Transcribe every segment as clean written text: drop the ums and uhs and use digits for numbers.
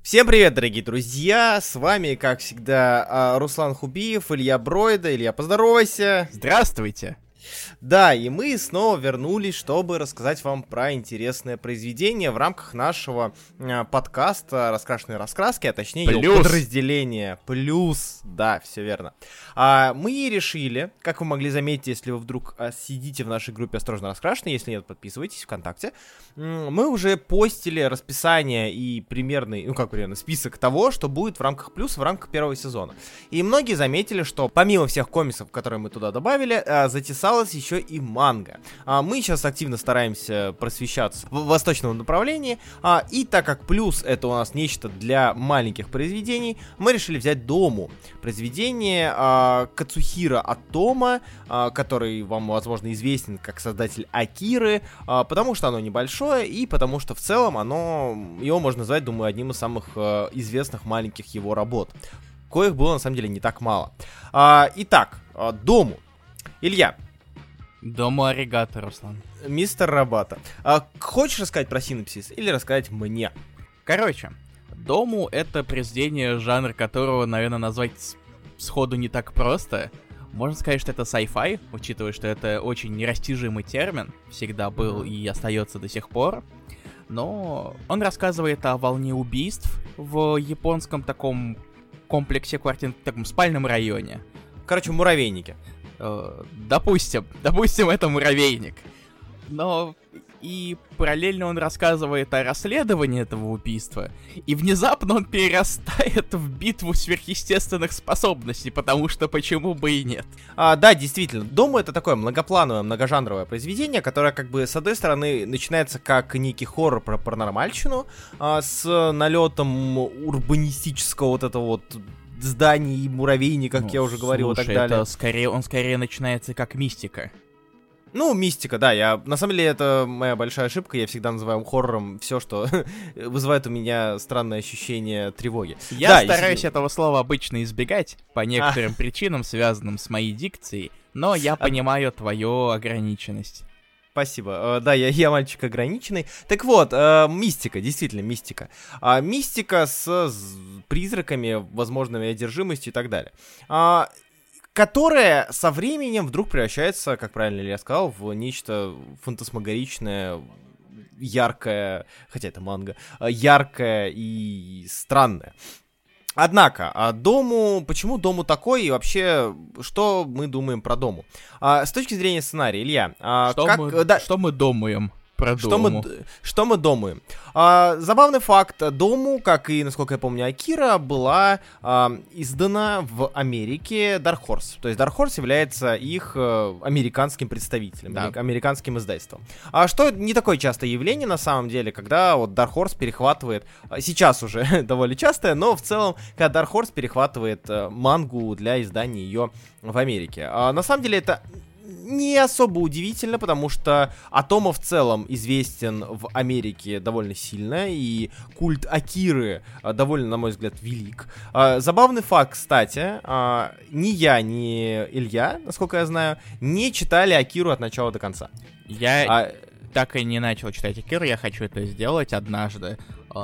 Всем привет, дорогие друзья! С вами, как всегда, Руслан Хубиев, Илья Бройда. Илья, поздоровайся! Здравствуйте! Да, и мы снова вернулись, чтобы рассказать вам про интересное произведение в рамках нашего подкаста «Раскрашенные раскраски», а точнее его подразделения «Плюс». Да, все верно. Мы решили, как вы могли заметить, если вы вдруг сидите в нашей группе «Осторожно, раскрашенные», если нет, подписывайтесь ВКонтакте, мы уже постили расписание и примерный список того, что будет в рамках «Плюс» в рамках первого сезона. И многие заметили, что помимо всех комиксов, которые мы туда добавили, затесалось еще и манга. Мы сейчас активно стараемся просвещаться в восточном направлении, и так как «Плюс» это у нас нечто для маленьких произведений, мы решили взять Дому, произведение Кацухиро Отомо, который вам, возможно, известен как создатель Акиры, потому что оно небольшое и потому что в целом его можно назвать, думаю, одним из самых известных маленьких его работ, коих было на самом деле не так мало. Итак, Дому. Илья. Дому аригато, Руслан. Мистер Рабата. Хочешь рассказать про синопсис или рассказать мне? Короче, Дому — это произведение, жанр которого, наверное, назвать сходу не так просто. Можно сказать, что это sci-fi, учитывая, что это очень нерастяжимый термин, всегда был и остается до сих пор. Но он рассказывает о волне убийств в японском таком комплексе квартир, в таком спальном районе. Короче, муравейники. Допустим, это муравейник. Но и параллельно он рассказывает о расследовании этого убийства, и внезапно он перерастает в битву сверхъестественных способностей, потому что почему бы и нет. Да, действительно, Дому — это такое многоплановое, многожанровое произведение, которое, как бы, с одной стороны, начинается как некий хоррор про паранормальщину, с налетом урбанистического вот этого вот зданий и муравейни, как я уже говорил, и так далее. Он скорее начинается как мистика. Ну, мистика, да, на самом деле это моя большая ошибка, я всегда называю хоррором все, что вызывает у меня странное ощущение тревоги. Я стараюсь этого слова обычно избегать, по некоторым причинам, связанным с моей дикцией, но я понимаю твою ограниченность. Спасибо. Да, я мальчик ограниченный. Так вот, мистика, действительно мистика. Мистика с призраками, возможными одержимостью и так далее. Которая со временем вдруг превращается, как правильно я сказал, в нечто фантасмагоричное, яркое, хотя это манга, яркое и странное. Однако, почему Дому такой и вообще, что мы думаем про Дому? С точки зрения сценария, Илья, что мы думаем про Дому? Что мы думаем? Забавный факт, Дому, как и, насколько я помню, Акира, была издана в Америке Dark Horse. То есть Dark Horse является их американским представителем, да, американским издательством. Что не такое частое явление, на самом деле, когда вот Dark Horse перехватывает, сейчас уже довольно частое, но в целом, когда Dark Horse перехватывает мангу для издания ее в Америке. На самом деле это не особо удивительно, потому что Отомо в целом известен в Америке довольно сильно, и культ Акиры довольно, на мой взгляд, велик. Забавный факт, кстати, ни я, ни Илья, насколько я знаю, не читали Акиру от начала до конца. Я так и не начал читать Акиру, я хочу это сделать однажды,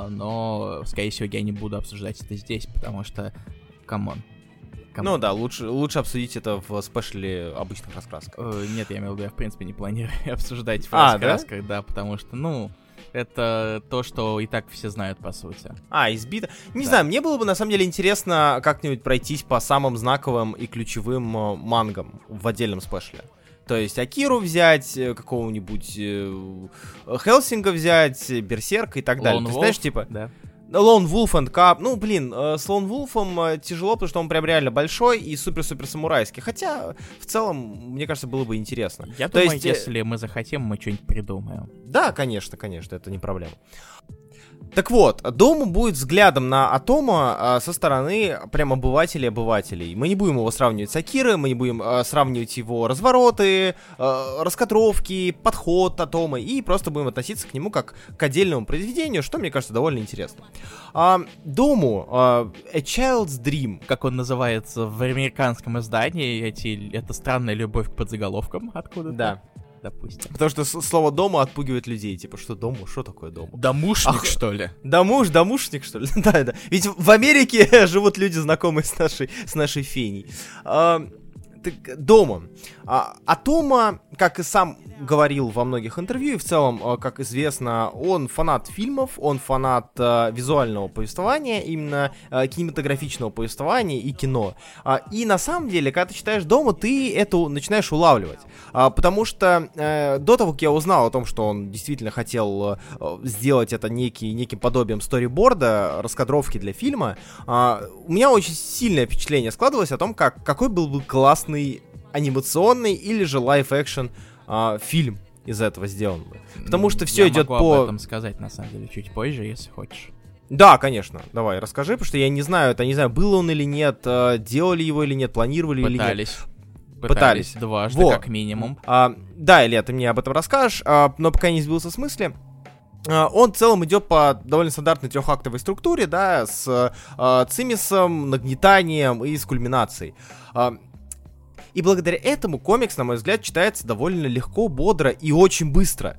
но, скорее всего, я не буду обсуждать это здесь, потому что, камон. Ну да, лучше обсудить это в спешле обычных раскрасках. Нет, я имел в виду, я в принципе не планирую обсуждать в раскрасках, да, потому что, это то, что и так все знают, по сути. Избито. Не знаю, мне было бы на самом деле интересно как-нибудь пройтись по самым знаковым и ключевым мангам в отдельном спешле. То есть Акиру взять, какого-нибудь Хелсинга взять, Берсерка и так далее. Ты знаешь, типа... Да. Lone Wolf and Cub. С Lone Wolf'ом тяжело, потому что он прям реально большой и супер-супер самурайский. Хотя, в целом, мне кажется, было бы интересно. Я думаю, если мы захотим, мы что-нибудь придумаем. Да, конечно, это не проблема. Так вот, Дому будет взглядом на Отомо со стороны прям обывателей. Мы не будем его сравнивать с Акирой, мы не будем сравнивать его развороты, раскадровки, подход Отомо, и просто будем относиться к нему как к отдельному произведению, что, мне кажется, довольно интересно. Дому, A Child's Dream, как он называется в американском издании, это странная любовь к подзаголовкам, откуда-то. Да. допустим. Потому что слово «дома» отпугивает людей. Типа, что дома? Что такое дома? Домушник, что ли? Домушник, что ли? Да. Ведь в Америке живут люди, знакомые с нашей Феней. Дома. Тома, как и сам говорил во многих интервью, и в целом, как известно, он фанат фильмов, он фанат визуального повествования, именно кинематографичного повествования и кино. И на самом деле, когда ты читаешь Дома, ты это начинаешь улавливать. Потому что до того, как я узнал о том, что он действительно хотел сделать это неким подобием сториборда, раскадровки для фильма, у меня очень сильное впечатление складывалось о том, какой был бы классный анимационный или же лайв-экшен фильм из этого сделан бы. Потому что все идет по... Я могу об этом сказать, на самом деле, чуть позже, если хочешь. Да, конечно. Давай, расскажи, потому что я не знаю, был он или нет, делали его или нет, планировали или нет. Пытались. Дважды, как минимум. Да, Илья, ты мне об этом расскажешь, но пока не сбился с мысли. Он в целом идет по довольно стандартной трехактовой структуре, да, с цимисом, нагнетанием и с кульминацией. И благодаря этому комикс, на мой взгляд, читается довольно легко, бодро и очень быстро.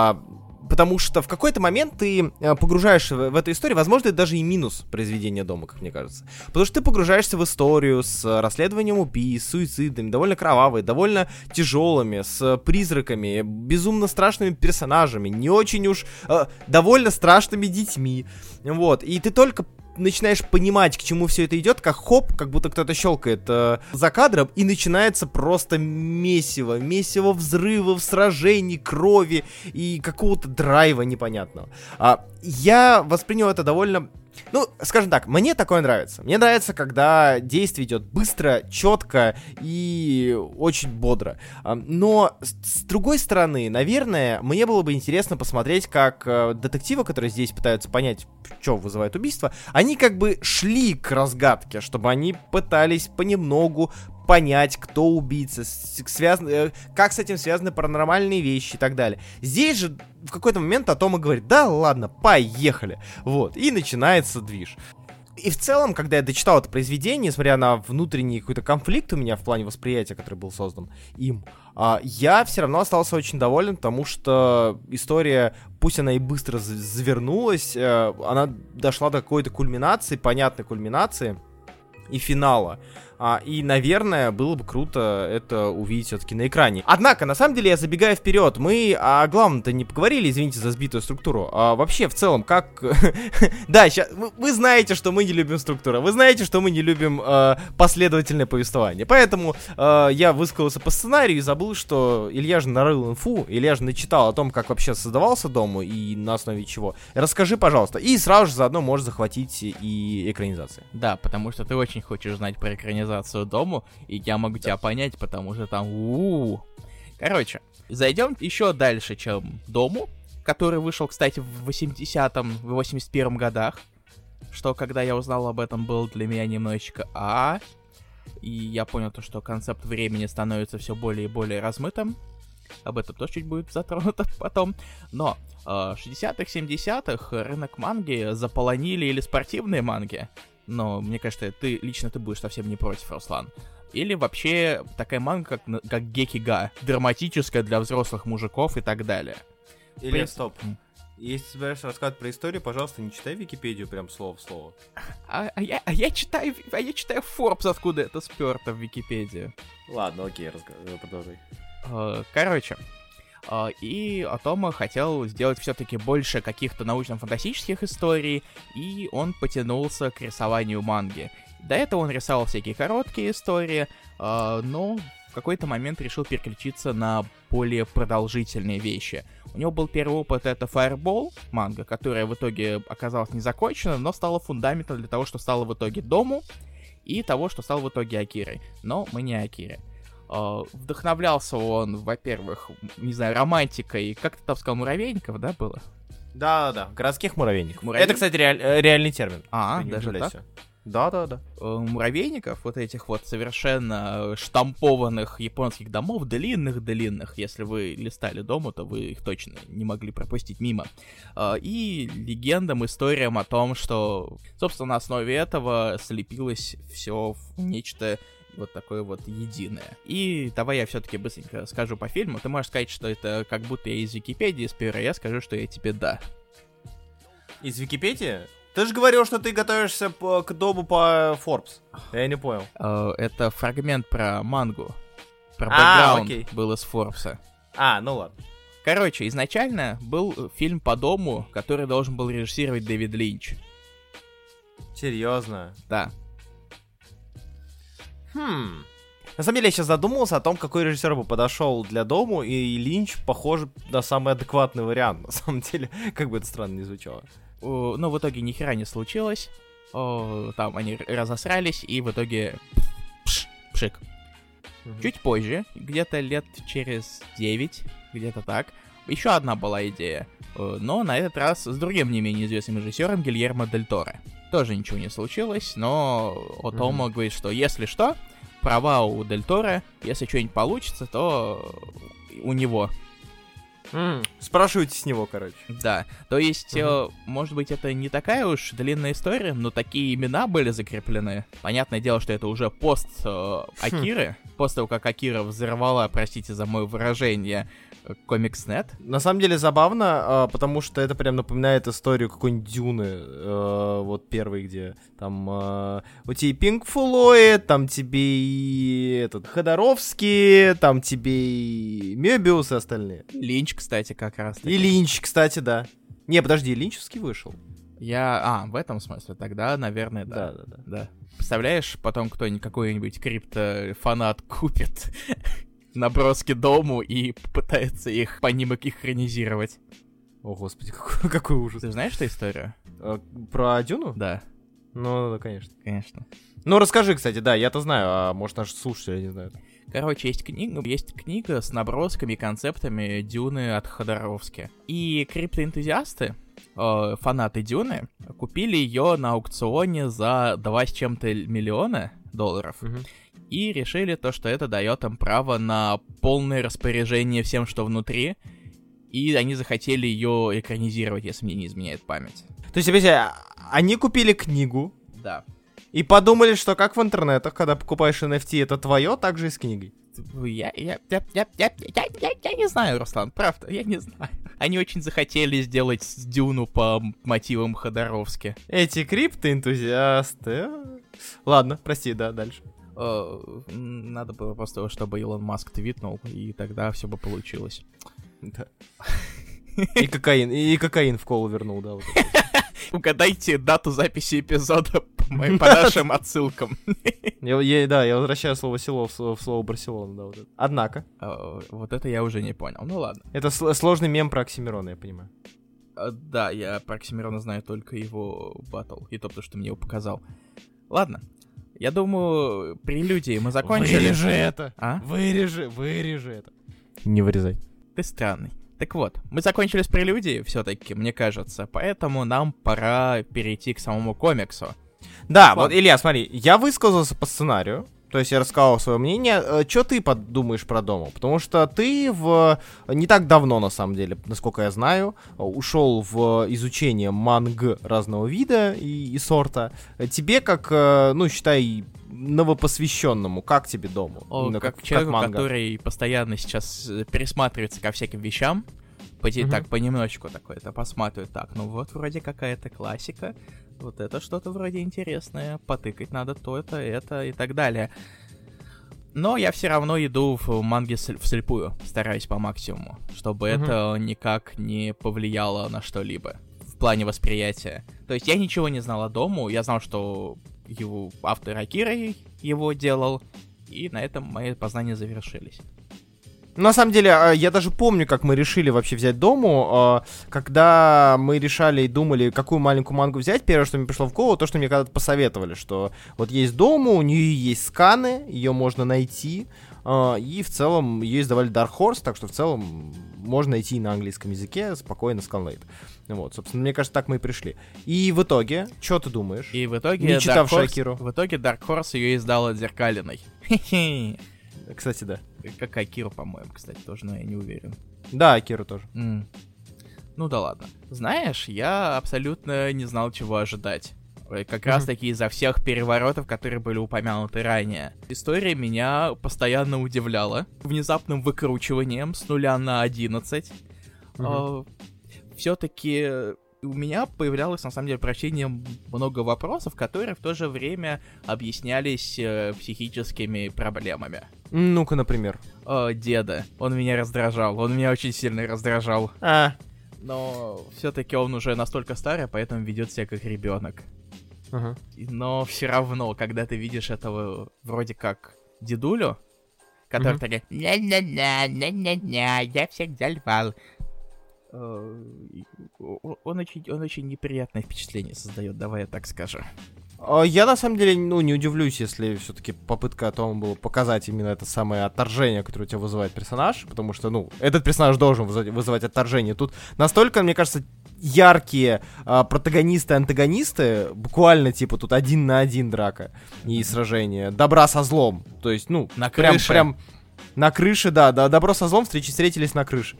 Потому что в какой-то момент ты погружаешься в эту историю, возможно, это даже и минус произведения Дома, как мне кажется. Потому что ты погружаешься в историю с расследованием убийств, суицидами, довольно кровавой, довольно тяжелыми, с призраками, безумно страшными персонажами, не очень уж довольно страшными детьми. Вот, и ты только начинаешь понимать, к чему все это идет, как будто кто-то щелкает за кадром, и начинается просто месиво взрывов, сражений, крови и какого-то драйва непонятного. Я воспринял это довольно... Ну, скажем так, мне такое нравится. Мне нравится, когда действие идет быстро, четко и очень бодро. Но, с другой стороны, наверное, мне было бы интересно посмотреть, как детективы, которые здесь пытаются понять, что вызывает убийство, они как бы шли к разгадке, чтобы они пытались понемногу понять, кто убийца, как с этим связаны паранормальные вещи и так далее. Здесь же в какой-то момент Атома говорит: да ладно, поехали. Вот, и начинается движ. И в целом, когда я дочитал это произведение, несмотря на внутренний какой-то конфликт у меня в плане восприятия, который был создан им, я все равно остался очень доволен, потому что история, пусть она и быстро завернулась, она дошла до какой-то кульминации, понятной кульминации и финала. И, наверное, было бы круто это увидеть все-таки на экране. Однако, на самом деле, я забегаю вперед, мы о главном-то не поговорили, извините за сбитую структуру. Вообще, в целом, как... Да, сейчас вы знаете, что мы не любим структуру, вы знаете, что мы не любим последовательное повествование. Поэтому я высказался по сценарию и забыл, что Илья же нарыл инфу, Илья же начитал о том, как вообще создавался Дому и на основе чего. Расскажи, пожалуйста. И сразу же заодно можешь захватить и экранизацию. Да, потому что ты очень хочешь знать про экранизацию Дому, и я могу тебя понять, потому что там Короче, зайдем еще дальше, чем Дому, который вышел, кстати, в 80-м, в 81-м годах, что, когда я узнал об этом, было для меня немножечко и я понял то, что концепт времени становится все более и более размытым. Об этом тоже чуть будет затронуто потом. Но 60-х, 70-х рынок манги заполонили или спортивные манги, но мне кажется, ты будешь совсем не против, Руслан. Или вообще такая манга, как Гекига, драматическая для взрослых мужиков и так далее. Или стоп. Если ты собираешься рассказывать про историю, пожалуйста, не читай Википедию прям слово в слово. Я читаю Forbes, откуда это сперто в Википедию. Ладно, окей, продолжай. Короче, и Атома хотел сделать все-таки больше каких-то научно-фантастических историй, и он потянулся к рисованию манги. До этого он рисовал всякие короткие истории, но в какой-то момент решил переключиться на более продолжительные вещи. У него был первый опыт, это Fireball манга, которая в итоге оказалась незакончена, но стала фундаментом для того, что стало в итоге Дому, и того, что стало в итоге Акирой. Но мы не Акире. Вдохновлялся он, во-первых, не знаю, романтикой, как ты там сказал, муравейников, да, было? Да, городских муравейников. Это, кстати, реальный термин. Даже так? Да. Муравейников, вот этих вот совершенно штампованных японских домов, длинных, если вы листали Дому, то вы их точно не могли пропустить мимо. И легендам, историям о том, что, собственно, на основе этого слепилось все в нечто вот такое вот единое. И давай я все-таки быстренько скажу по фильму. Ты можешь сказать, что это как будто я из Википедии спер, а я скажу, что я тебе да. Из Википедии? Ты же говорил, что ты готовишься к дому по Forbes. Я не понял. Это фрагмент про мангу. Про бэкграунд был из Форбса. Ну ладно. Короче, изначально был фильм по дому, который должен был режиссировать Дэвид Линч. Серьезно? Да. На самом деле, я сейчас задумался о том, какой режиссер бы подошел для дому, и Линч, похоже, на самый адекватный вариант, на самом деле, как бы это странно ни звучало. Но в итоге ни хера не случилось. Там они разосрались, и в итоге пшик. Чуть позже, где-то лет через 9, где-то так, еще одна была идея. Но на этот раз с другим не менее известным режиссером Гильермо Дель Торо. Тоже ничего не случилось, но Отомо говорит, что если что, права у Дель Торо, если что-нибудь получится, то у него. Спрашивайте с него, короче. Да, то есть, может быть, это не такая уж длинная история, но такие имена были закреплены. Понятное дело, что это уже пост Акиры, после того, как Акира взорвала, простите за мое выражение, Комикс.нет. На самом деле забавно, потому что это прям напоминает историю какой-нибудь Дюны, вот первой, где там у тебя и Пинк Флойд, там тебе и этот Ходоровский, там тебе и Мёбиус и остальные. Линч, кстати, как раз таки. И Линч, кстати, да. Не, подожди, Линчевский вышел. В этом смысле, тогда, наверное, да. Да. Представляешь, потом кто-нибудь, какой-нибудь крипто-фанат купит наброски дому и попытается их по ним экранизировать. О, господи, какой ужас. Ты знаешь эту историю? Про Дюну? Да. Ну, конечно. Конечно. Ну, расскажи, кстати, да, я-то знаю, а может, наши слушатели не знают. Короче, есть книга с набросками, концептами Дюны от Ходоровски. И криптоэнтузиасты, фанаты Дюны, купили ее на аукционе за 2 с чем-то миллиона долларов. И решили то, что это дает им право на полное распоряжение всем, что внутри. И они захотели ее экранизировать, если мне не изменяет память. То есть, опять, они купили книгу. Да. И подумали, что как в интернетах, когда покупаешь NFT, это твое, так же и с книгой. Я не знаю, Руслан, правда, я не знаю. Они очень захотели сделать Дюну по мотивам Ходоровски. Эти криптоэнтузиасты.Ладно, прости, да, дальше. Надо было просто, чтобы Илон Маск твитнул, и тогда все бы получилось. Да. И кокаин в колу вернул, да. Вот угадайте дату записи эпизода по нашим отсылкам. Я возвращаю слово село в слово Барселона, да, вот это. Однако. Вот это я уже не понял, ну ладно. Это сложный мем про Оксимирона, я понимаю. Да, я про Оксимирона знаю только его баттл, и то, что ты мне его показал. Ладно. Я думаю, прелюдии мы закончили. Вырежи это! А? Вырежи это. Не вырезай. Ты странный. Так вот, мы закончили с прелюдией все-таки, мне кажется, поэтому нам пора перейти к самому комиксу. Да, вот, Илья, смотри, я высказался по сценарию, то есть я рассказал свое мнение. Что ты подумаешь про Дому? Потому что ты не так давно, на самом деле, насколько я знаю, ушел в изучение манг разного вида и сорта. Тебе как, считай, новопосвященному, как тебе Дому? Как человеку, который постоянно сейчас пересматривается ко всяким вещам, так понемножечку такое-то посматривает, так, ну вот вроде какая-то классика, вот это что-то вроде интересное, потыкать надо то, это и так далее. Но я все равно иду в манге вслепую, стараюсь по максимуму, чтобы это никак не повлияло на что-либо в плане восприятия. То есть я ничего не знал о Дому, я знал, что его автор Акира его делал, и на этом мои познания завершились. На самом деле, я даже помню, как мы решили вообще взять Дому. Когда мы решали и думали, какую маленькую мангу взять, первое, что мне пришло в голову, то, что мне когда-то посоветовали, что вот есть Дому, у нее есть сканы, ее можно найти, и в целом ее издавали Dark Horse, так что в целом можно найти и на английском языке спокойно Scanlate. Вот, собственно, мне кажется, так мы и пришли. И в итоге, что ты думаешь? И в итоге не читавший Акиру. В итоге Dark Horse ее издал отзеркаленной. Кстати, да. Как Акиру, по-моему, кстати, тоже, но я не уверен. Да, Акиру тоже. Ну да ладно. Знаешь, я абсолютно не знал, чего ожидать. Как раз-таки из-за всех переворотов, которые были упомянуты ранее. История меня постоянно удивляла внезапным выкручиванием с 0 на 11. Все-таки у меня появлялось, на самом деле, прочтение много вопросов, которые в то же время объяснялись психическими проблемами. Ну-ка, например. Деда. Он меня раздражал. Он меня очень сильно раздражал. Но все-таки он уже настолько старый, поэтому ведет себя как ребенок. Но все равно, когда ты видишь этого вроде как дедулю, который такой «ня-ня-ня, я всегда львал». Он очень неприятное впечатление создает, давай я так скажу. Я, на самом деле, не удивлюсь, если все-таки попытка Тома была показать именно это самое отторжение, которое у тебя вызывает персонаж, потому что, этот персонаж должен вызывать отторжение. Тут настолько, мне кажется, яркие протагонисты и антагонисты, буквально, типа, тут 1 на 1 драка и сражение, добра со злом, то есть, на крыше. прям на крыше, да, добро со злом встретились на крыше.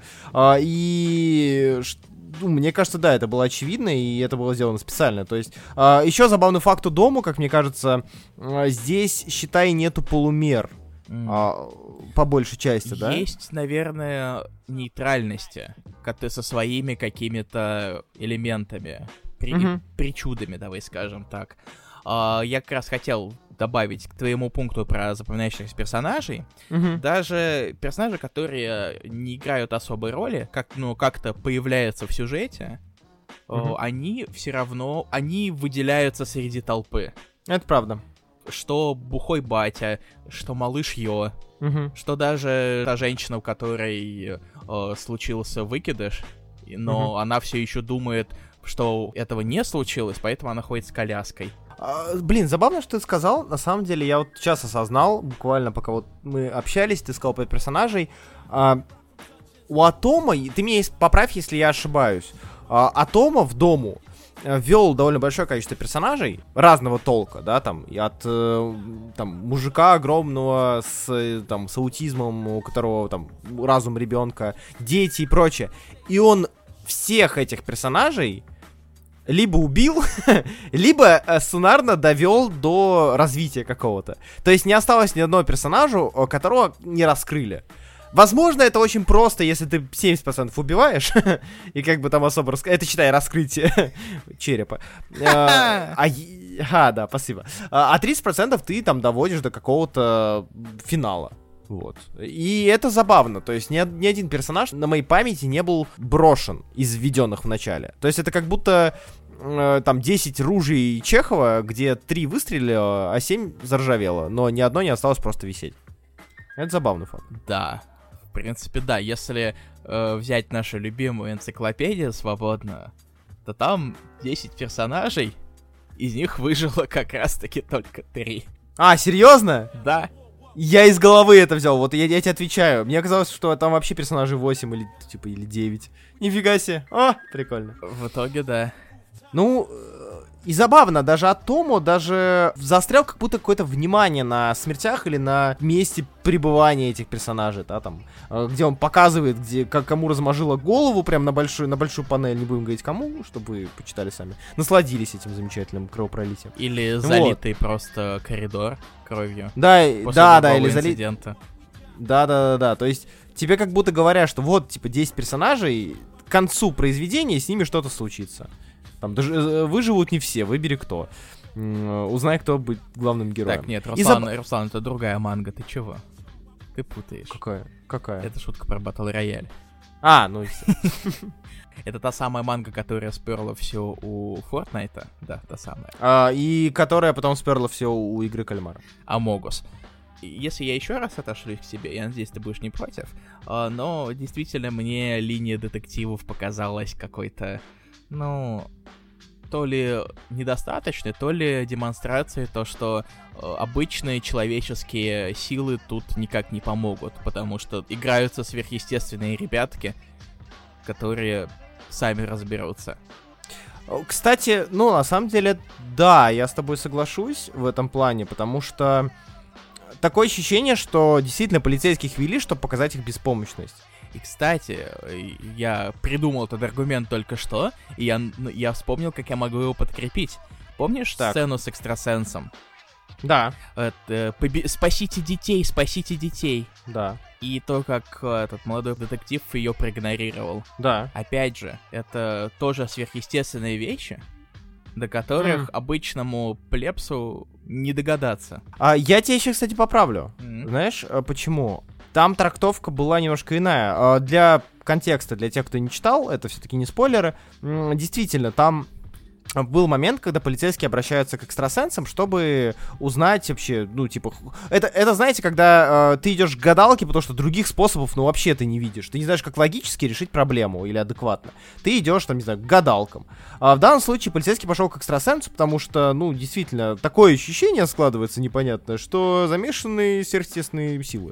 Мне кажется, да, это было очевидно, и это было сделано специально. То есть, еще забавный факт у Дому, как мне кажется, здесь, считай, нету полумер. По большей части, да? Есть, наверное, нейтральности, со своими какими-то элементами, причудами, давай скажем так. Я как раз хотел добавить к твоему пункту про запоминающихся персонажей. Даже персонажи, которые не играют особой роли, как-то появляются в сюжете, они все равно, они выделяются среди толпы. Это правда. Что бухой батя, что малыш Йо, что даже та женщина, у которой случился выкидыш, но она все еще думает, что этого не случилось, поэтому она ходит с коляской. Забавно, что ты сказал. На самом деле, я вот сейчас осознал, буквально пока вот мы общались, ты сказал 5 персонажей. У Атома, ты меня поправь, если я ошибаюсь, Атома в Дому ввел довольно большое количество персонажей разного толка, да, там, и от мужика огромного с аутизмом, у которого там разум ребенка, дети и прочее. И он всех этих персонажей либо убил, либо сценарно довел до развития какого-то. То есть не осталось ни одного персонажа, которого не раскрыли. Возможно, это очень просто, если ты 70% убиваешь, и как бы там особо... Это, считай, раскрытие черепа. Да, спасибо. А 30% ты там доводишь до какого-то финала. Вот. И это забавно. То есть ни один персонаж на моей памяти не был брошен из введенных в начале. То есть это как будто там 10 ружей Чехова, где 3 выстрелили, а 7 заржавело. Но ни одно не осталось просто висеть. Это забавный факт. Да. В принципе, да. Если взять нашу любимую энциклопедию свободную, то там 10 персонажей, из них выжило как раз-таки только 3. Серьезно? Да. Я из головы это взял, вот я тебе отвечаю. Мне казалось, что там вообще персонажей 8 или 9. Нифига себе. Прикольно. В итоге, да. И забавно, даже Атомо даже заострял как будто какое-то внимание на смертях или на месте пребывания этих персонажей, да, там, где он показывает, кому размажило голову, прям на большую панель, не будем говорить кому, чтобы вы почитали сами, насладились этим замечательным кровопролитием. Или залитый просто коридор кровью. Да, или инцидента. Да, то есть тебе как будто говорят, что вот, типа, 10 персонажей, к концу произведения с ними что-то случится. Там даже выживут не все, выбери кто. Узнай, кто будет главным героем. Так, нет, Руслан, это другая манга, ты чего? Ты путаешь. Какая? Это шутка про Battle Royale. И все. Это та самая манга, которая сперла все у Fortnite, да, та самая. И которая потом сперла все у игры Кальмара. Амогус. Если я еще раз отошлюсь к себе, я надеюсь, ты будешь не против, но действительно мне линия детективов показалась какой-то, то ли недостаточной, то ли демонстрацией то, что обычные человеческие силы тут никак не помогут, потому что играются сверхъестественные ребятки, которые сами разберутся. Кстати, на самом деле, да, я с тобой соглашусь в этом плане, потому что такое ощущение, что действительно полицейских вели, чтобы показать их беспомощность. И, кстати, я придумал этот аргумент только что, и я вспомнил, как я могу его подкрепить. Помнишь сцену с экстрасенсом? Да. Спасите детей. Да. И то, как этот молодой детектив ее проигнорировал. Да. Опять же, это тоже сверхъестественные вещи, до которых обычному плебсу не догадаться. Я тебя еще, кстати, поправлю. Знаешь, почему? Там трактовка была немножко иная. Для контекста, для тех, кто не читал, это все-таки не спойлеры. Действительно, там был момент, когда полицейские обращаются к экстрасенсам, чтобы узнать вообще, ну, типа... Это знаете, когда ты идешь к гадалке, потому что других способов, ну, вообще ты не видишь. Ты не знаешь, как логически решить проблему или адекватно. Ты идешь, там, не знаю, к гадалкам. В данном случае полицейский пошел к экстрасенсу, потому что, ну, действительно, такое ощущение складывается непонятное, что замешаны сверхъестественные силы.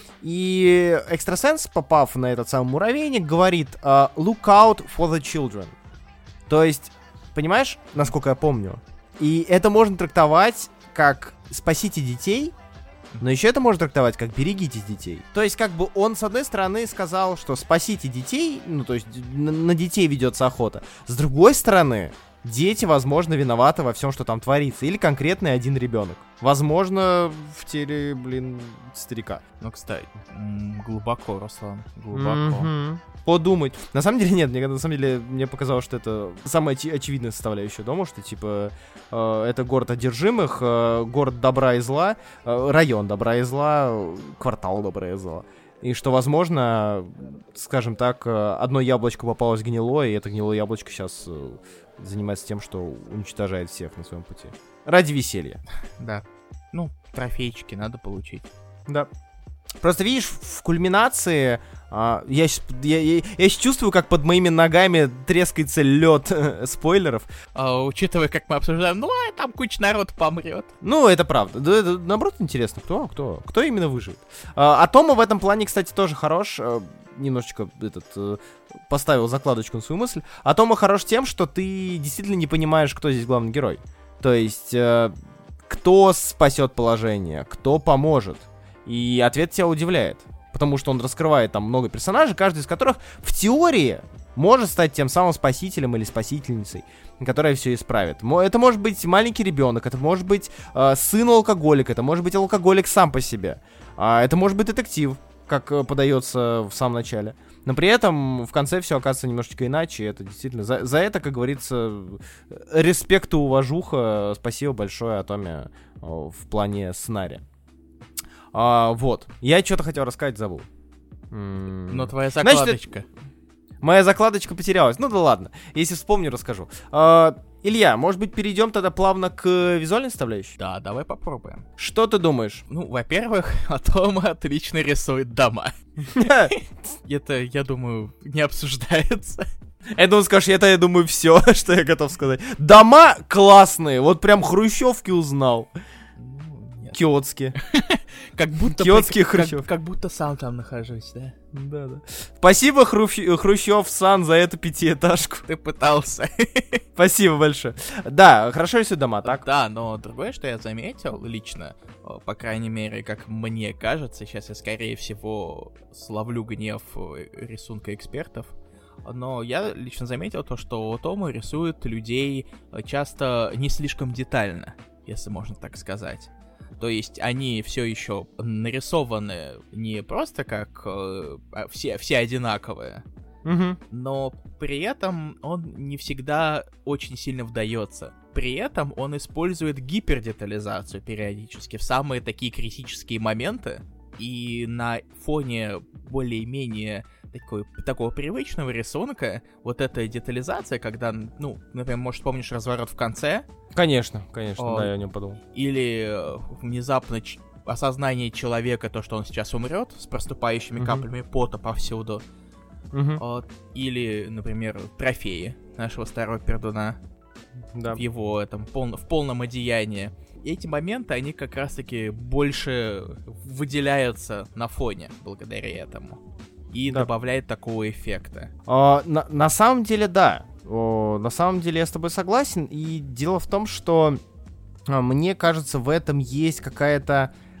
И экстрасенс, попав на этот самый муравейник, говорит «Look out for the children». То есть... Понимаешь, насколько я помню? И это можно трактовать как «спасите детей», но еще это можно трактовать как «берегите детей». То есть, как бы он, с одной стороны, сказал, что «спасите детей», ну, то есть на детей ведется охота. С другой стороны, дети, возможно, виноваты во всем, что там творится. Или конкретный один ребенок. Возможно, в теле, старика. Ну, кстати, глубоко, Руслан, глубоко. Подумать. На самом деле нет, мне показалось, что это самая очевидная составляющая дома, что типа это город одержимых, город добра и зла, район добра и зла, квартал добра и зла. И что, возможно, скажем так, одно яблочко попалось гнилое, и это гнилое яблочко сейчас занимается тем, что уничтожает всех на своем пути. Ради веселья. Да. Ну, трофейчики надо получить. Да. Просто видишь, в кульминации я сейчас чувствую, как под моими ногами трескается лед спойлеров. Учитывая, как мы обсуждаем, там куча народ помрет. Ну, это правда. Да, это, наоборот, интересно, кто именно выживет. Атома в этом плане, кстати, тоже хорош. Немножечко поставил закладочку на свою мысль. Атома хорош тем, что ты действительно не понимаешь, кто здесь главный герой. То есть, кто спасет положение, кто поможет. И ответ тебя удивляет, потому что он раскрывает там много персонажей, каждый из которых в теории может стать тем самым спасителем или спасительницей, которая все исправит. Это может быть маленький ребенок, это может быть сын алкоголика, это может быть алкоголик сам по себе, это может быть детектив, как подается в самом начале. Но при этом в конце все оказывается немножечко иначе, и это действительно... За это, как говорится, респект и уважуха, спасибо большое Атоме в плане сценария. Вот. Я что-то хотел рассказать, забыл. Но твоя закладочка. Значит, моя закладочка потерялась. Ну да ладно. Если вспомню, расскажу. Илья, может быть, перейдем тогда плавно к визуальной составляющей? Да, давай попробуем. Что ты думаешь? Ну, во-первых, Атома отлично рисует дома. Это, я думаю, не обсуждается. Я думаю, скажешь, я думаю, все, что я готов сказать. Дома классные. Вот прям хрущевки узнал. Киотские. Как будто Киотские хрущевки. Как будто сам там нахожусь, да? Да. Спасибо, Хрущев-сан, за эту пятиэтажку. Ты пытался. Спасибо большое. Да, хорошо рисуют дома, так? Да, но другое, что я заметил лично, по крайней мере, как мне кажется, сейчас я, скорее всего, словлю гнев рисунка экспертов, но я лично заметил то, что Тома рисует людей часто не слишком детально, если можно так сказать. То есть они все еще нарисованы не просто как все одинаковые, но при этом он не всегда очень сильно вдается. При этом он использует гипердетализацию периодически в самые такие критические моменты, и на фоне более-менее такого привычного рисунка вот эта детализация, когда, ну, например, может, помнишь разворот в конце? Конечно, да, я о нем подумал. Или внезапно осознание человека, то, что он сейчас умрет, с проступающими каплями пота повсюду. Или, например, трофеи нашего старого пердуна. Да. В его этом в полном одеянии. И эти моменты, они как раз-таки больше выделяются на фоне благодаря этому. И добавляет такого эффекта. На самом деле, да. На самом деле я с тобой согласен. И дело в том, что мне кажется, в этом есть какая-то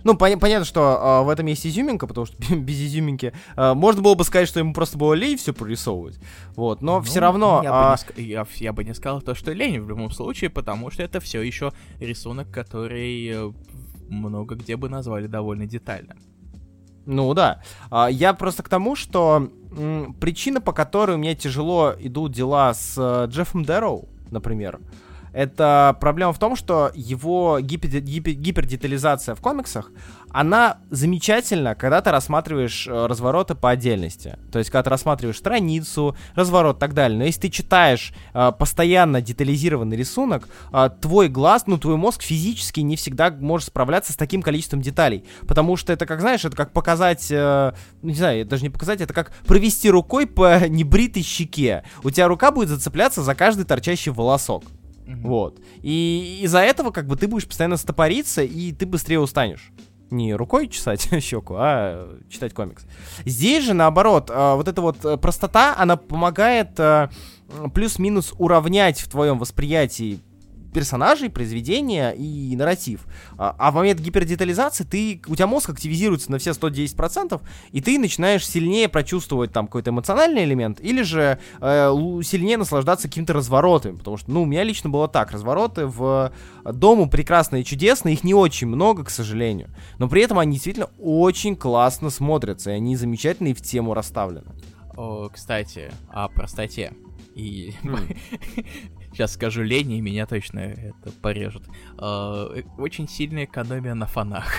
Ну, понятно, что в этом есть изюминка, потому что без изюминки можно было бы сказать, что ему просто было лень все прорисовывать. Вот, но все равно... Я бы не сказал то, что лень в любом случае, потому что это все еще рисунок, который много где бы назвали довольно детальным. Ну да. Я просто к тому, что причина, по которой у меня тяжело идут дела с Джеффом Дэроу, например, это проблема в том, что его гипердетализация в комиксах, она замечательна, когда ты рассматриваешь развороты по отдельности. То есть, когда ты рассматриваешь страницу, разворот и так далее. Но если ты читаешь постоянно детализированный рисунок, твой глаз, твой мозг физически не всегда может справляться с таким количеством деталей. Потому что это, как знаешь, это как показать, не знаю, даже не показать, это как провести рукой по небритой щеке. У тебя рука будет зацепляться за каждый торчащий волосок. Вот. И из-за этого как бы ты будешь постоянно стопориться, и ты быстрее устанешь. Не рукой чесать щеку, а читать комикс. Здесь же, наоборот, вот эта вот простота, она помогает плюс-минус уравнять в твоем восприятии персонажей, произведения и нарратив. А в момент гипердетализации у тебя мозг активизируется на все 110%, и ты начинаешь сильнее прочувствовать там какой-то эмоциональный элемент, или же сильнее наслаждаться какими-то разворотами, потому что, у меня лично было так, развороты в Дому прекрасные и чудесные, их не очень много, к сожалению, но при этом они действительно очень классно смотрятся, и они замечательные и в тему расставлены. Кстати, о простоте. И сейчас скажу лень, и меня точно это порежут. Очень сильная экономия на фонах.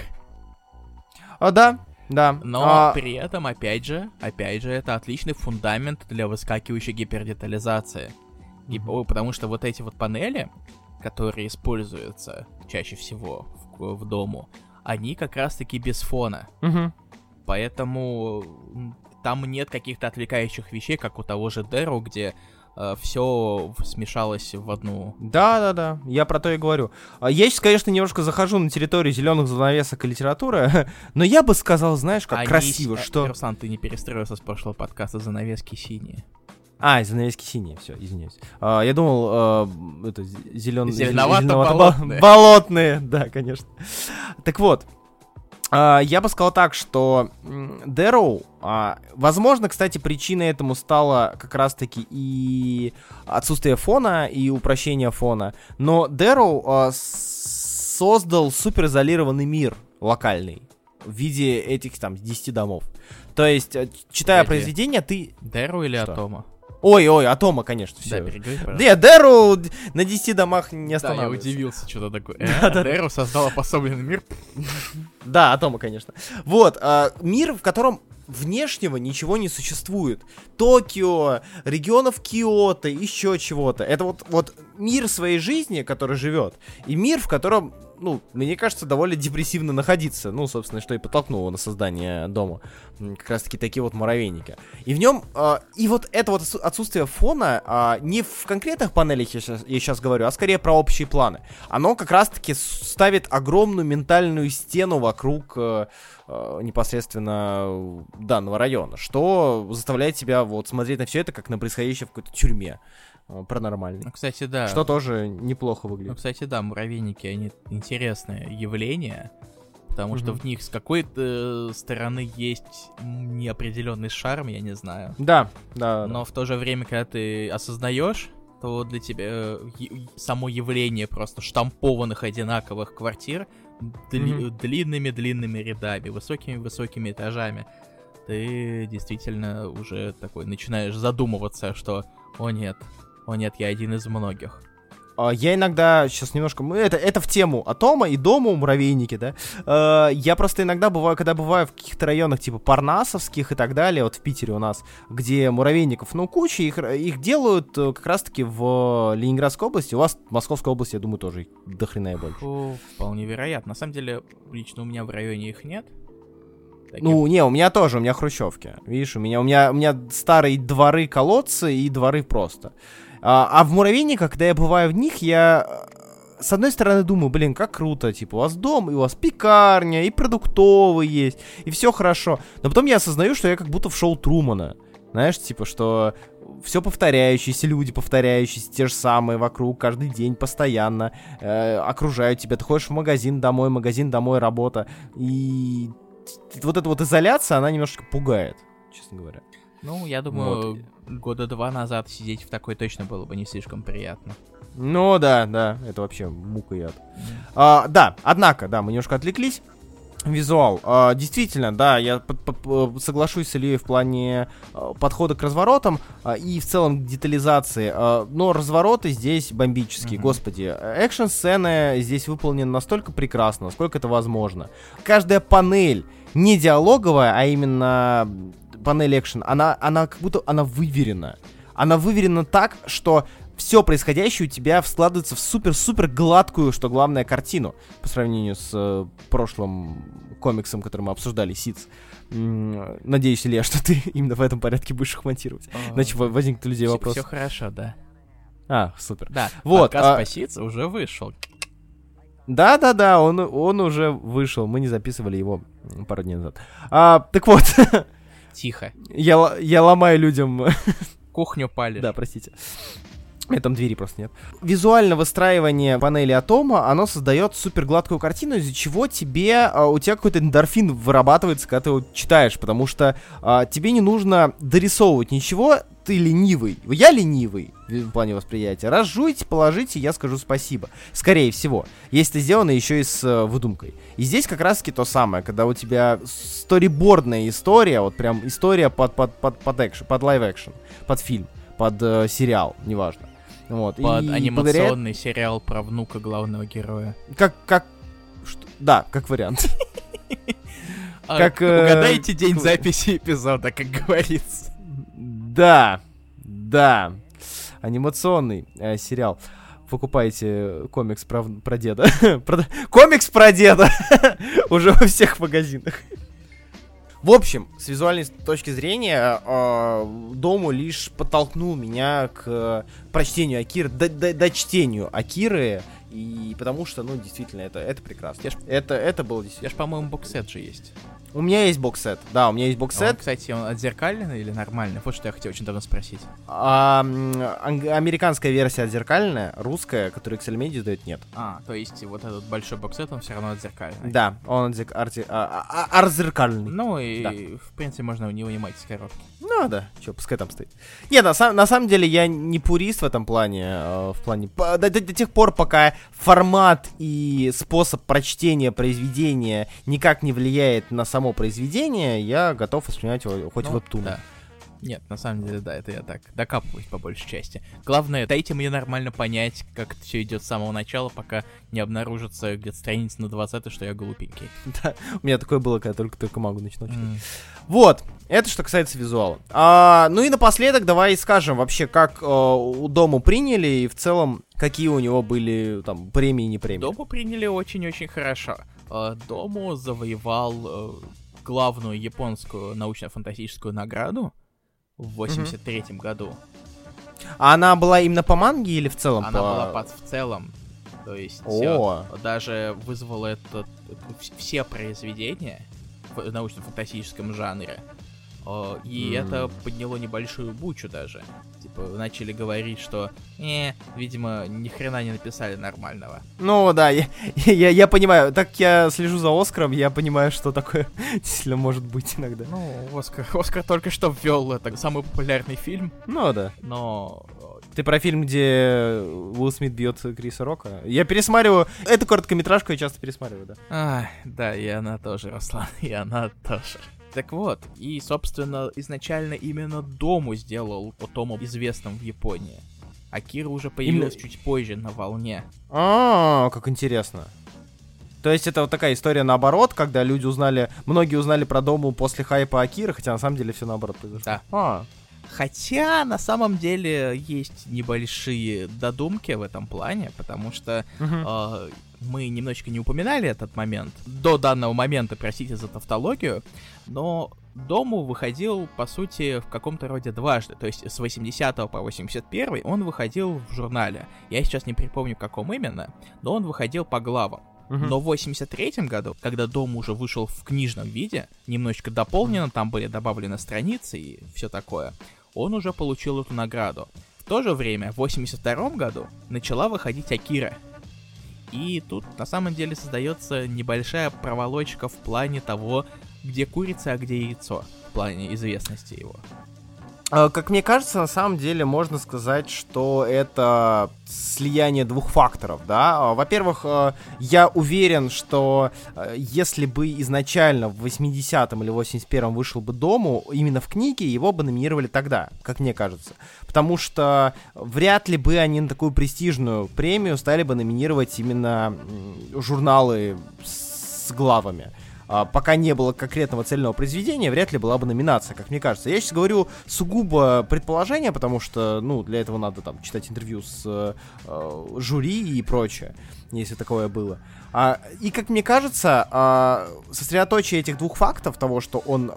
Да. Но при этом, опять же, это отличный фундамент для выскакивающей гипердетализации. Потому что вот эти вот панели, которые используются чаще всего в Дому, они как раз-таки без фона. Поэтому там нет каких-то отвлекающих вещей, как у того же Дэроу, где все смешалось в одну. Да, я про то и говорю. Я сейчас, конечно, немножко захожу на территорию зеленых занавесок и литературы, но я бы сказал, знаешь, как красиво, что... Руслан, ты не перестроился с прошлого подкаста, занавески синие. Занавески синие, все, извиняюсь. Я думал, это зеленовато-болотные. Болотные, да, конечно. Так вот, я бы сказал так, что Дэроу, возможно, кстати, причиной этому стало как раз-таки и отсутствие фона, и упрощение фона, но Дэроу создал суперизолированный мир локальный в виде этих там 10 домов. То есть, читая произведение, ты... Дэроу или что? Атома? Ой, Атома, конечно, все. Да, переговори, пожалуйста. Дэроу на 10 домах не останавливается. Да, я удивился, что-то такое. Дэроу создал обособленный мир. Да, Атома, конечно. Вот, мир, в котором внешнего ничего не существует. Токио, регионов Киото, еще чего-то. Это вот мир своей жизни, который живет, и мир, в котором, мне кажется, довольно депрессивно находиться. Собственно, что и подтолкнуло на создание дома. Как раз-таки такие вот муравейники. И в нем, и вот это вот отсутствие фона, не в конкретных панелях я сейчас говорю, а скорее про общие планы. Оно как раз-таки ставит огромную ментальную стену вокруг непосредственно данного района, что заставляет тебя вот смотреть на все это как на происходящее в какой-то тюрьме паранормальной. Кстати, да. Что тоже неплохо выглядит. Кстати, да, муравейники, они интересное явление, потому что в них с какой-то стороны есть неопределенный шарм, я не знаю. Да. Но в то же время, когда ты осознаешь, то для тебя само явление просто штампованных одинаковых квартир длинными-длинными рядами, высокими-высокими этажами, ты действительно уже такой начинаешь задумываться, что «О нет, я один из многих». Я иногда, сейчас немножко, это в тему Атома и Дома, муравейники, да, я просто иногда когда бываю в каких-то районах, типа Парнасовских и так далее, вот в Питере у нас, где муравейников, куча, их делают как раз-таки в Ленинградской области, у вас в Московской области, я думаю, тоже их дохрена и больше. Вполне вероятно, на самом деле, лично у меня в районе их нет. У меня тоже, у меня хрущевки, видишь, у меня старые дворы, колодцы и дворы просто. А в муравейниках, когда я бываю в них, я с одной стороны думаю, как круто, типа у вас дом, и у вас пекарня, и продуктовый есть, и все хорошо. Но потом я осознаю, что я как будто в шоу Трумана. Знаешь, типа, что все повторяющиеся, люди повторяющиеся, те же самые вокруг, каждый день, постоянно окружают тебя. Ты ходишь в магазин, домой, работа. И вот эта вот изоляция, она немножко пугает, честно говоря. Ну, я думаю, года 2 назад сидеть в такой точно было бы не слишком приятно. Ну, да, это вообще мука и ад. Да, однако, мы немножко отвлеклись. Визуал. Действительно, да, я соглашусь с Ильей в плане подхода к разворотам и в целом к детализации. Но развороты здесь бомбические, господи. Экшн-сцены здесь выполнены настолько прекрасно, насколько это возможно. Каждая панель не диалоговая, а именно панель экшен, она как будто она выверена. Она выверена так, что все происходящее у тебя складывается в супер-супер гладкую, что главное, картину. По сравнению с прошлым комиксом, который мы обсуждали, Сидс. Надеюсь, Илья, что ты именно в этом порядке будешь их монтировать. Иначе возникнут у людей вопросы. Все хорошо, да. Супер. Да, вот, подкаст по Сидс уже вышел. Да, он уже вышел. Мы не записывали его пару дней назад. Так вот. Тихо. Я ломаю людям... Кухню палишь. Да, простите. Там двери просто нет. Визуальное выстраивание панели Атома, оно создает супер гладкую картину, из-за чего у тебя какой-то эндорфин вырабатывается, когда ты его читаешь, потому что тебе не нужно дорисовывать ничего, ты ленивый. Я ленивый в плане восприятия. Разжуйте, положите, я скажу спасибо. Скорее всего. Если это сделано еще и с выдумкой. И здесь как раз-таки то самое, когда у тебя сторибордная история, вот прям история под лайв-экшн, под фильм, под сериал, неважно. Вот. Под анимационный сериал про внука главного героя. Да, как вариант. Угадайте день записи эпизода, как говорится. Да. Анимационный сериал. Покупайте комикс про деда. Комикс про деда! Уже во всех магазинах. В общем, с визуальной точки зрения, Дому лишь подтолкнул меня к прочтению Акиры, до чтению Акиры, и потому что, действительно, это прекрасно. Это было действительно. Я ж, по-моему, боксет же есть. У меня есть боксет, да, у меня есть боксет. Кстати, он отзеркальный или нормальный? Вот что я хотел очень давно спросить. Американская версия отзеркальная, русская, которую XL Media издает, нет. То есть вот этот большой боксет, он все равно отзеркальный. Да, он отзеркальный. Ну и, в принципе, можно не вынимать из коробки. Ну да, пускай там стоит. Нет, на самом деле я не пурист в этом плане, до тех пор, пока формат и способ прочтения произведения никак не влияет на само произведение, я готов воспринимать его хоть вебтуном. Да. Нет, на самом деле, да, это я так докапываюсь по большей части. Главное, дайте мне нормально понять, как это все идет с самого начала, пока не обнаружится где-то страница на 20, что я глупенький. Да, у меня такое было, когда только магу начинал читать. Вот, это что касается визуала. Ну и напоследок давай скажем вообще, как у Дому приняли и в целом, какие у него были там премии и не премии. Дому приняли очень-очень хорошо. Дому завоевал главную японскую научно-фантастическую награду в 83-м году. А она была именно по манге или в целом? Она была в целом. То есть даже вызвало все произведения в научно-фантастическом жанре. И это подняло небольшую бучу даже. Типа, начали говорить, что видимо, ни хрена не написали нормального. Ну да, я понимаю. Так я слежу за Оскаром, я понимаю, что такое действительно может быть иногда. Ну, Оскар только что ввел это самый популярный фильм. Ну да. Но... Ты про фильм, где Уилл Смит бьет Криса Рока? Я пересматриваю. Эту короткометражку я часто пересматриваю, да. Да, и она тоже, Руслан, и она тоже. Так вот, и, собственно, изначально именно Дому сделал Тому известным в Японии. Акира уже появилась чуть позже на волне. Как интересно. То есть это вот такая история наоборот, когда многие узнали про Дому после хайпа Акиры, хотя на самом деле все наоборот произошло. Да. Хотя, на самом деле, есть небольшие додумки в этом плане, потому что мы немножечко не упоминали этот момент. До данного момента, простите за тавтологию, но Дому выходил, по сути, в каком-то роде дважды. То есть с 80 по 81 он выходил в журнале. Я сейчас не припомню, в каком именно, но он выходил по главам. Но в 83-м году, когда Дом уже вышел в книжном виде, немножечко дополнено, там были добавлены страницы и все такое, он уже получил эту награду. В то же время, в 1982 году начала выходить Акира. И тут на самом деле создается небольшая проволочка в плане того, где курица, а где яйцо, в плане известности его. Как мне кажется, на самом деле можно сказать, что это слияние двух факторов, да. Во-первых, я уверен, что если бы изначально в 80-м или 81-м вышел бы Дому, именно в книге его бы номинировали тогда, как мне кажется. Потому что вряд ли бы они на такую престижную премию стали бы номинировать именно журналы с главами. Пока не было конкретного цельного произведения, вряд ли была бы номинация, как мне кажется. Я сейчас говорю сугубо предположение, потому что, для этого надо там читать интервью с жюри и прочее, если такое было. И, как мне кажется, сосредоточие этих двух фактов, того, что он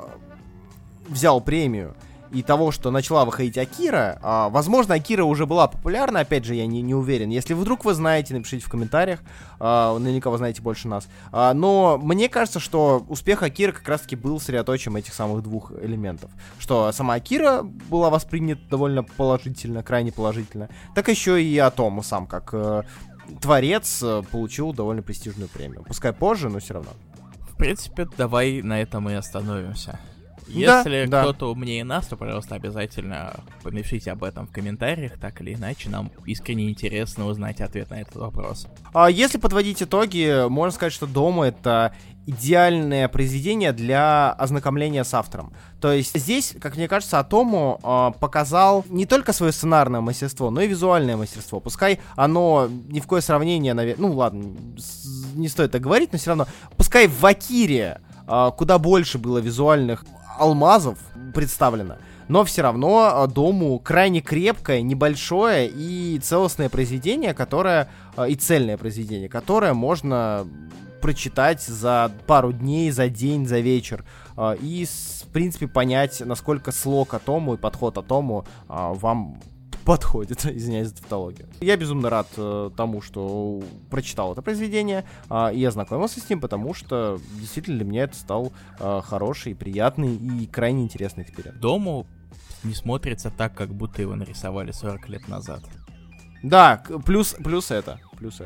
взял премию, и того, что начала выходить Акира, возможно, Акира уже была популярна, опять же, я не уверен. Если вдруг вы знаете, напишите в комментариях, наверняка вы знаете больше нас. Но мне кажется, что успех Акиры как раз-таки был средоточием этих самых двух элементов. Что сама Акира была воспринята довольно положительно, крайне положительно, так еще и Атому сам, как творец, получил довольно престижную премию. Пускай позже, но все равно. В принципе, давай на этом и остановимся. Если кто-то умнее нас, то, пожалуйста, обязательно напишите об этом в комментариях, так или иначе, нам искренне интересно узнать ответ на этот вопрос. Если подводить итоги, можно сказать, что Дома — это идеальное произведение для ознакомления с автором. То есть здесь, как мне кажется, Атому показал не только свое сценарное мастерство, но и визуальное мастерство. Пускай оно ни в кое сравнение, наверное, ладно, не стоит так говорить, но все равно, пускай в Акире куда больше было визуальных алмазов представлено, но все равно Дому крайне крепкое, небольшое и целостное произведение, и цельное произведение, которое можно прочитать за пару дней, за день, за вечер, и, в принципе, понять, насколько слог Атому и подход Атому вам подходит, извиняюсь за тавтологию. Я безумно рад тому, что прочитал это произведение и ознакомился с ним, потому что действительно для меня это стал хороший, приятный и крайне интересный эксперимент. Дому не смотрится так, как будто его нарисовали 40 лет назад. Да, плюс это.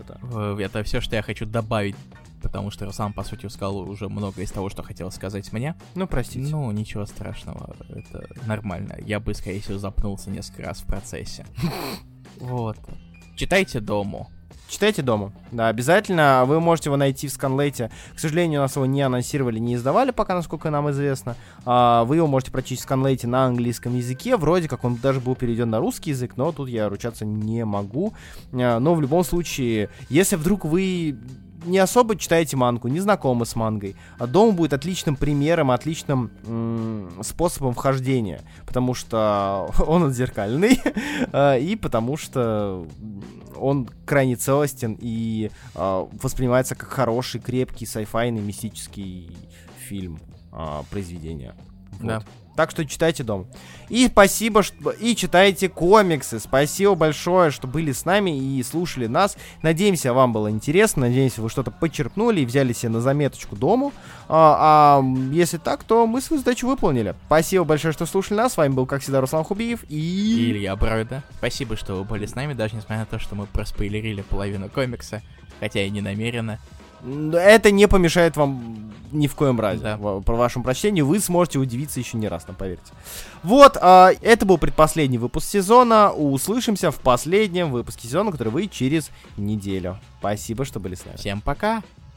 Это все, что я хочу добавить, потому что Руслан, по сути, сказал уже много из того, что хотел сказать мне. Простите. Ничего страшного, это нормально. Я бы, скорее всего, запнулся несколько раз в процессе. Вот. Читайте Дому. Читайте Дому. Да, обязательно. Вы можете его найти в Сканлейте. К сожалению, у нас его не анонсировали, не издавали пока, насколько нам известно. Вы его можете прочесть в Сканлейте на английском языке. Вроде как он даже был переведен на русский язык, но тут я ручаться не могу. Но в любом случае, если вдруг вы не особо читаете мангу, не знакомы с мангой, Дома будет отличным примером, отличным способом вхождения, потому что он отзеркальный, и потому что он крайне целостен и воспринимается как хороший, крепкий, сайфайный, мистический фильм, произведение. Вот. Да. Так что читайте Дом. И спасибо, и читайте комиксы. Спасибо большое, что были с нами и слушали нас. Надеемся, вам было интересно. Надеемся, вы что-то почерпнули и взяли себе на заметочку Дому. Если так, то мы свою задачу выполнили. Спасибо большое, что слушали нас. С вами был, как всегда, Руслан Хубиев и Илья Броида. Спасибо, что вы были с нами, даже несмотря на то, что мы проспойлерили половину комикса, хотя и не намеренно. Это не помешает вам ни в коем разе. Да. По вашему прочтению вы сможете удивиться еще не раз, поверьте. Вот, это был предпоследний выпуск сезона. Услышимся в последнем выпуске сезона, который выйдет через неделю. Спасибо, что были с нами. Всем пока!